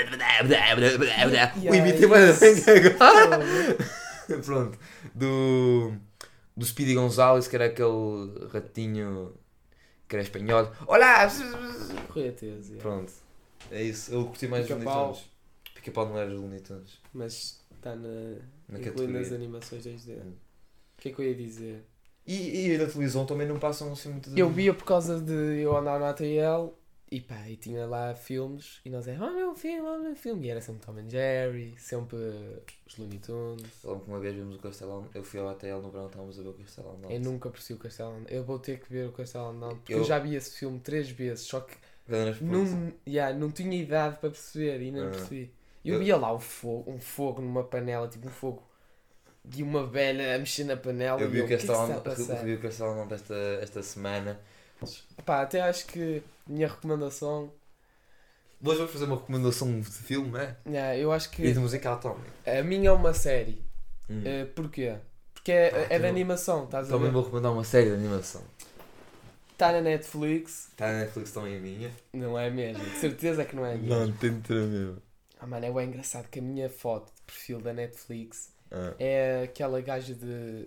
Yeah, imitei bué da bem isso. agora. Pronto. Do, do Speedy Gonzales, que era aquele ratinho que era espanhol. Olá! Correteza, yeah. Pronto. É isso. Eu curti mais os Looney Pica-pau. Tunes. Pica-pau não era os Looney Tunes. Mas está na. Na incluindo categoria. as animações dois D. Hum. O que é que eu ia dizer? E, e na televisão também não passam assim muitas... Eu via por causa de eu andar no A T L e pá, e tinha lá filmes e nós é, oh meu filme, oh meu filme. E era sempre Tom and Jerry, sempre os Looney Tunes. Eu lembro que uma vez vimos o Castelo... Eu fui ao A T L no verão, estávamos a ver o Castelo Andante. Eu nunca percebi o Castelo Andante. Eu vou ter que ver o Castelo Andante porque eu, Eu- já vi esse filme três vezes, só que Grandes não, produções. yeah, não tinha idade para perceber e não Ah. percebi. Eu Eu- via lá o fogo, um fogo numa panela, tipo um fogo de uma velha a mexer na panela Eu e vi eu, o o que é que se Castelo está a Andante passar? revi o Castelo Andante esta, esta semana. Pá, até acho que a minha recomendação, Hoje vou fazer uma recomendação de filme, é? yeah, eu acho E que de musical também. a minha é uma série. Hum. Eh, porquê? Porque é, Ah, é de também- animação, estás a Também ver? vou recomendar uma série de animação. Está na Netflix, Está na Netflix também a minha. não é mesmo? De certeza que não é mesmo. Não, tem de ter mesmo. Ah, mano, é bem engraçado que a minha foto de perfil da Netflix Ah. é aquela gaja de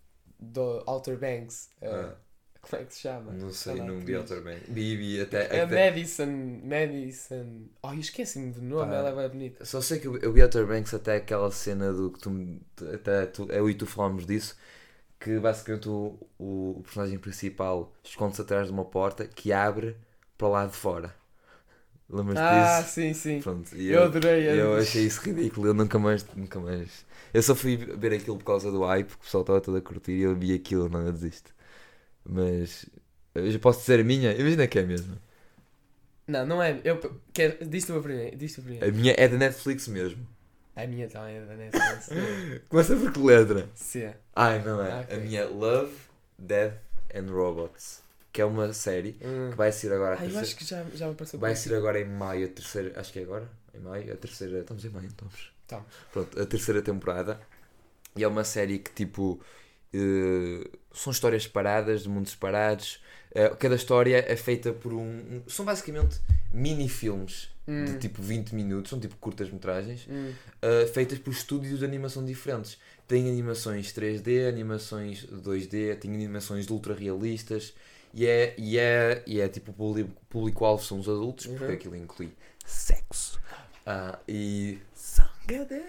do Outer Banks. eh, Ah. Como é que se chama? Não sei, Aquela não vi atriz. Outer Banks. Vi, vi até... É até- Madison. Madison. Oh, eu esqueci-me do nome, Pá. ela é bem bonita. Só sei que eu eu vi Outer Banks até aquela cena do que tu... me- Até tu, eu e tu falámos disso. Que basicamente o, o, o personagem principal esconde-se atrás de uma porta que abre para o lado de fora. Lembras-te Ah, disso? sim, sim. Pronto, e Eu eu, adorei. eu achei isso ridículo. Eu nunca mais, nunca mais... Eu só fui ver aquilo por causa do hype, porque o pessoal estava todo a curtir e eu vi aquilo, não, eu desisto. Mas... Eu já posso dizer a minha? Imagina que é mesmo. Não, não é. Eu quero. Diz-te o primeiro. Diz-te o A primeiro. minha é da Netflix mesmo. A minha também é da Netflix. Começa por que letra? C. Ai, não é. Ah, ok. A minha é Love, Death and Robots. Que é uma série Hum. que vai ser agora a Ah, eu terceira. acho que já, já me apareceu Vai por ser agora em maio a terceira. Acho que é agora. Em maio, a terceira. Estamos em maio, então. Tá. Pronto, a terceira temporada. E é uma série que tipo. eh, são histórias separadas, de mundos separados. Eh, cada história é feita por um. um- são basicamente mini-filmes Hum. de tipo vinte minutos, são tipo curtas-metragens. Hum. Uh, feitas por estúdios de animação diferentes. Tem animações três D, animações dois D, tem animações ultra realistas e é, e é, e é tipo o público- público-alvo são os adultos, porque Uhum. aquilo inclui sexo ah, e sangue. Meu Deus!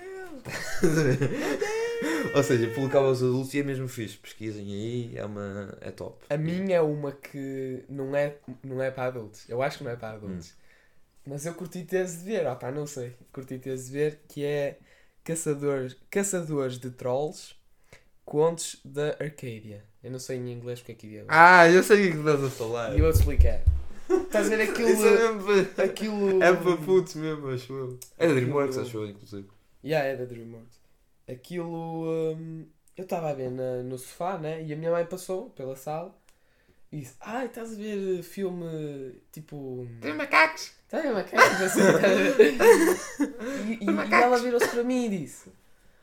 Ou seja, publicava os adultos e é mesmo fixe. Pesquisem aí, é, uma, é top. A minha é uma que não é, não é para adultos. Eu acho que não é para adultos. Hum. Mas eu curti teres de ver, opá, não sei. Curti teres de ver que é Caçadores, Caçadores de Trolls, Contos da Arcadia. Eu não sei em inglês porque é que ia. Ah, eu sei o que estás a falar. E eu vou-te explicar. Estás a ver aquilo. Isso é mesmo para- aquilo. é para putos mesmo, acho eu. É da DreamWorks, acho eu, inclusive. Yeah, é da DreamWorks. Aquilo. hum, eu estava a ver na- no sofá, né? E a minha mãe passou pela sala e disse: Ai, estás a ver filme tipo. Tem macacos! Estás a ver macacos? Assim, estás a ver? E, e, e ela virou-se para mim e disse: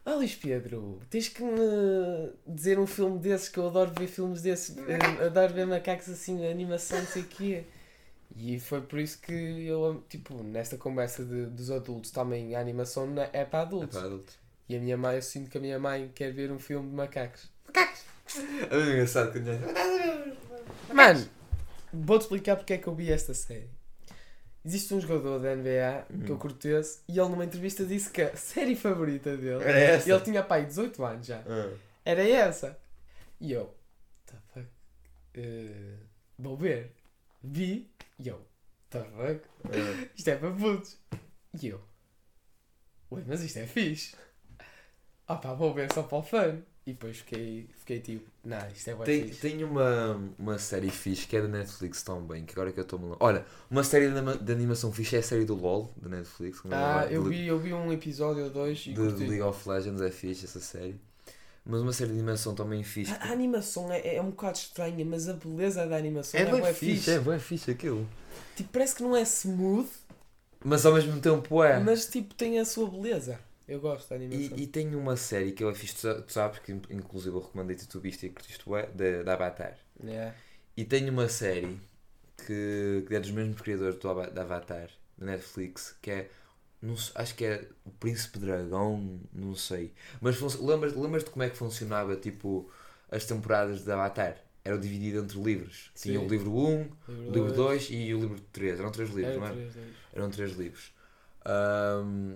Ah, Luís Pedro, tens que me dizer um filme desses, que eu adoro ver filmes desses, eh, adoro ver macacos assim, animação, não sei o quê. E foi por isso que eu, tipo, nesta conversa de, dos adultos, também a animação não é é para É adultos. para adultos. E a minha mãe, eu sinto que a minha mãe quer ver um filme de macacos. É bem engraçado quando eu... Mano, vou-te explicar porque é que eu vi esta série. Existe um jogador da N B A que eu Hum. curto esse, e ele numa entrevista disse que a série favorita dele, Era essa? ele tinha pai dezoito anos já, Ah. era essa. E eu, tá fuck, eh, vou ver. Vi, e eu, tá fuck, Ah. isto é para putos. E eu, ué, mas isto é fixe. Ah pá, vou ver só para o fã. E depois fiquei, fiquei tipo, não, isto é bué Tem, fixe. tem uma, uma série fixe que é da Netflix também, que agora que eu estou-me lá. Olha, uma série de, anima- de animação fixe é a série do LOL, da Netflix. como Ah, é, eu de- vi, eu vi um episódio ou dois e de curti. League of Legends é fixe essa série. Mas uma série de animação também fixe. A, a animação é, é um bocado estranha, mas a beleza da animação É é, bem bué fixe, fixe. é bem fixe aquilo. Tipo, parece que não é smooth, Mas ao mesmo tempo é. mas tipo tem a sua beleza. Eu gosto da animação. E, e tem uma série que eu fiz, tu sa- tu sabes, que inclusive eu recomendei-te, tu viste e curtiste bué, da, da Avatar. Yeah. E tem uma série que, que é dos mesmos criadores do, Ava- da Avatar, da Netflix, que é, não sei, acho que é o Príncipe Dragão, não sei. Mas fun- lembras, lembras-te como é que funcionava, tipo, as temporadas de Avatar? Era dividido entre livros. Tinha Sim. o livro um, o livro dois e o livro três. Eram três livros, Era não é? três livros. Eram três livros. Ahm,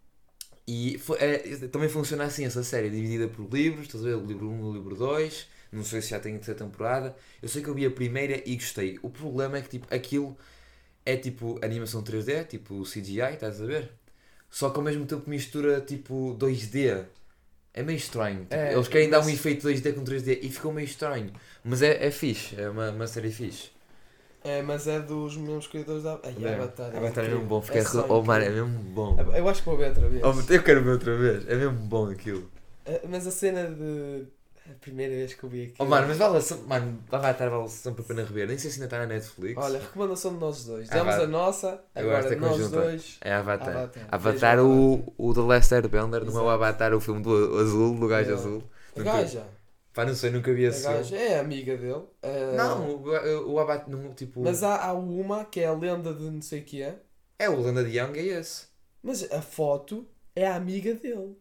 e foi- é, também funciona assim essa série, dividida por livros, estás a ver? O livro um e o livro dois. Não sei se já tem terceira temporada. Eu sei que eu vi a primeira e gostei. O problema é que tipo, aquilo é tipo animação três D, tipo C G I, estás a ver? Só que ao mesmo tempo mistura tipo dois D. É meio estranho. Tipo, É, eles querem dar um mas- efeito dois D com três D e ficou meio estranho. Mas é, é fixe, é uma, uma série fixe. É, mas é dos mesmos criadores da. Ai, É. Avatar. Avatar é mesmo incrível. bom. Fiquei É só oh, mano, é incrível. mesmo bom. Eu acho que vou ver outra vez. Oh, eu quero ver outra vez. É mesmo bom aquilo. Ah, Mas a cena de. A primeira vez que eu vi aqui. Oh, mano, mas vale, se- mano, Avatar vale sempre a pena rever. Nem sei se ainda está na Netflix. Olha, recomendação de nós dois. Ah, Demos vá. a nossa, Agora agora esta nós conjunta. dois. É Avatar. Avatar. Avatar, Vejam o, o The Last Airbender, não é o Exato. Avatar, o filme do azul, do gajo É. azul. A Nunca- gaja. Pá, não sei, nunca vi A esse filme. gaja é amiga dele. Ah, Não, o, o Avatar, não, tipo... Mas há, há uma que é a lenda de não sei o que é. É o Lenda de Young, é esse. Mas a foto é a amiga dele.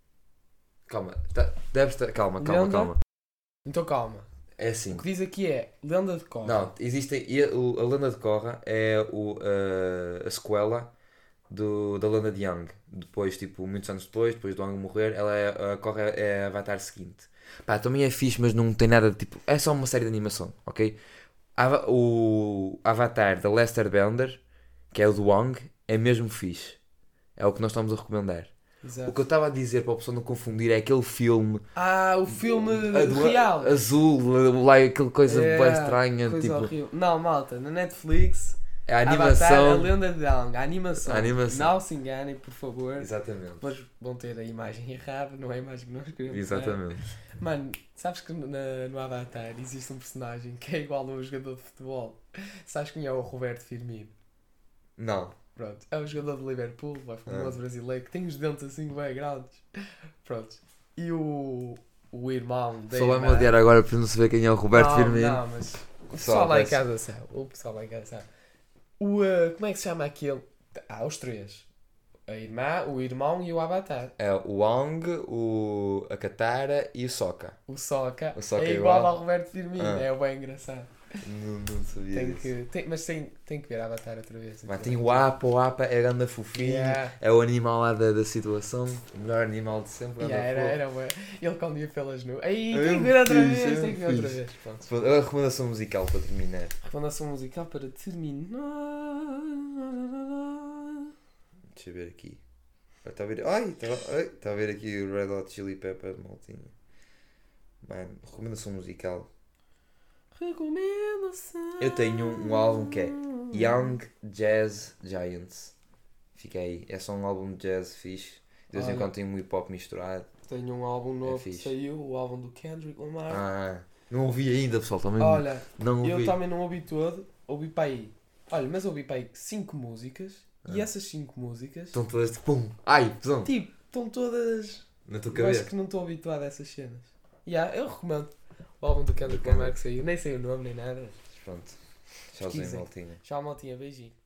Calma, tá, deve estar... Calma, calma, Lenda? calma. Então calma. É assim. O que diz aqui é lenda de Korra. Não, existem... e A, o- a Lenda de Korra é o, a, a sequela do, da Lenda de Young. Depois, tipo, muitos anos depois, depois do Young morrer, ela é, a Korra é a Avatar seguinte. Pá, também é fixe, mas não tem nada de tipo... É só uma série de animação, ok? Ava- o Avatar da Last Airbender, que é o do Wong, é mesmo fixe. É o que nós estamos a recomendar. Exato. O que eu estava a dizer para a pessoa não confundir é aquele filme Ah, o filme a do- real. azul, lá aquela coisa É, bem estranha, coisa tipo, horrível. Não, malta, na Netflix, é a Avatar, a animação. lenda de Aang, a animação. A animação. Não se enganem, por favor. Exatamente. Depois vão ter a imagem errada, não é a imagem que nós queremos. dar. Exatamente. Mano, sabes que na- no Avatar existe um personagem que é igual a um jogador de futebol. Sabes quem é o Roberto Firmino? Não. Pronto, é um jogador de Liverpool, vai famoso Ah. brasileiro, que tem os dentes assim bem grandes. Pronto. E o, o irmão da Só vai-me irmã- odiar agora por não saber quem é o Roberto não, Firmino. Não, mas o Pessoal, pessoal lá em peço. casa sabe. O pessoal lá em casa sabe. O, uh, como é que se chama aquele? Ah, os três. A irmã, o irmão e o Avatar. É o Wong, o, a Katara e o Sokka. O Sokka, O Sokka é é igual igual? ao Roberto Firmino. Ah. É bem engraçado. Não, não sabia Tem disso. que, tem, mas tem, tem que ver Avatar outra vez. Mas tem o Apa, o Apa é grande fofinho, Yeah. é o animal lá da, da situação, o melhor animal de sempre. Yeah, anda era, fofo. era bué. Ele quando ia pelas nuvens. Aí, É tem que mesmo ver outra fixe, vez, é tem que ver mesmo outra fixe. vez. Pronto. Pronto, a recomendação musical para terminar. Recomendação musical para terminar. Deixa eu ver aqui. Está a ver, ai, está tá a ver aqui o Red Hot Chili Pepper, maltinho. Mano, recomendação musical. Recomendação. Eu tenho um, um álbum que é Young Jazz Giants. Fica aí, é só um álbum de jazz fixe. De vez em Olha. quando tem um hip hop misturado. Tenho um álbum novo que fixe. saiu, o álbum do Kendrick Lamar. Ah, não ouvi ainda, pessoal, também Olha, não ouvi. eu também não ouvi todo, ouvi para aí. Olha, mas ouvi para aí cinco músicas e Ah. essas cinco músicas, Estão todas tipo, pum, ai, pesão. tipo, estão todas Na tua Eu cabeça. acho que não estou habituado a essas cenas. Yeah, eu recomendo o álbum do Kendrick Do Kendrick. Lamar que saiu. Nem sei o nome nem nada. Pronto. Tchauzinho, Pesquisem. maltinha. Tchau, maltinha. Beijinho.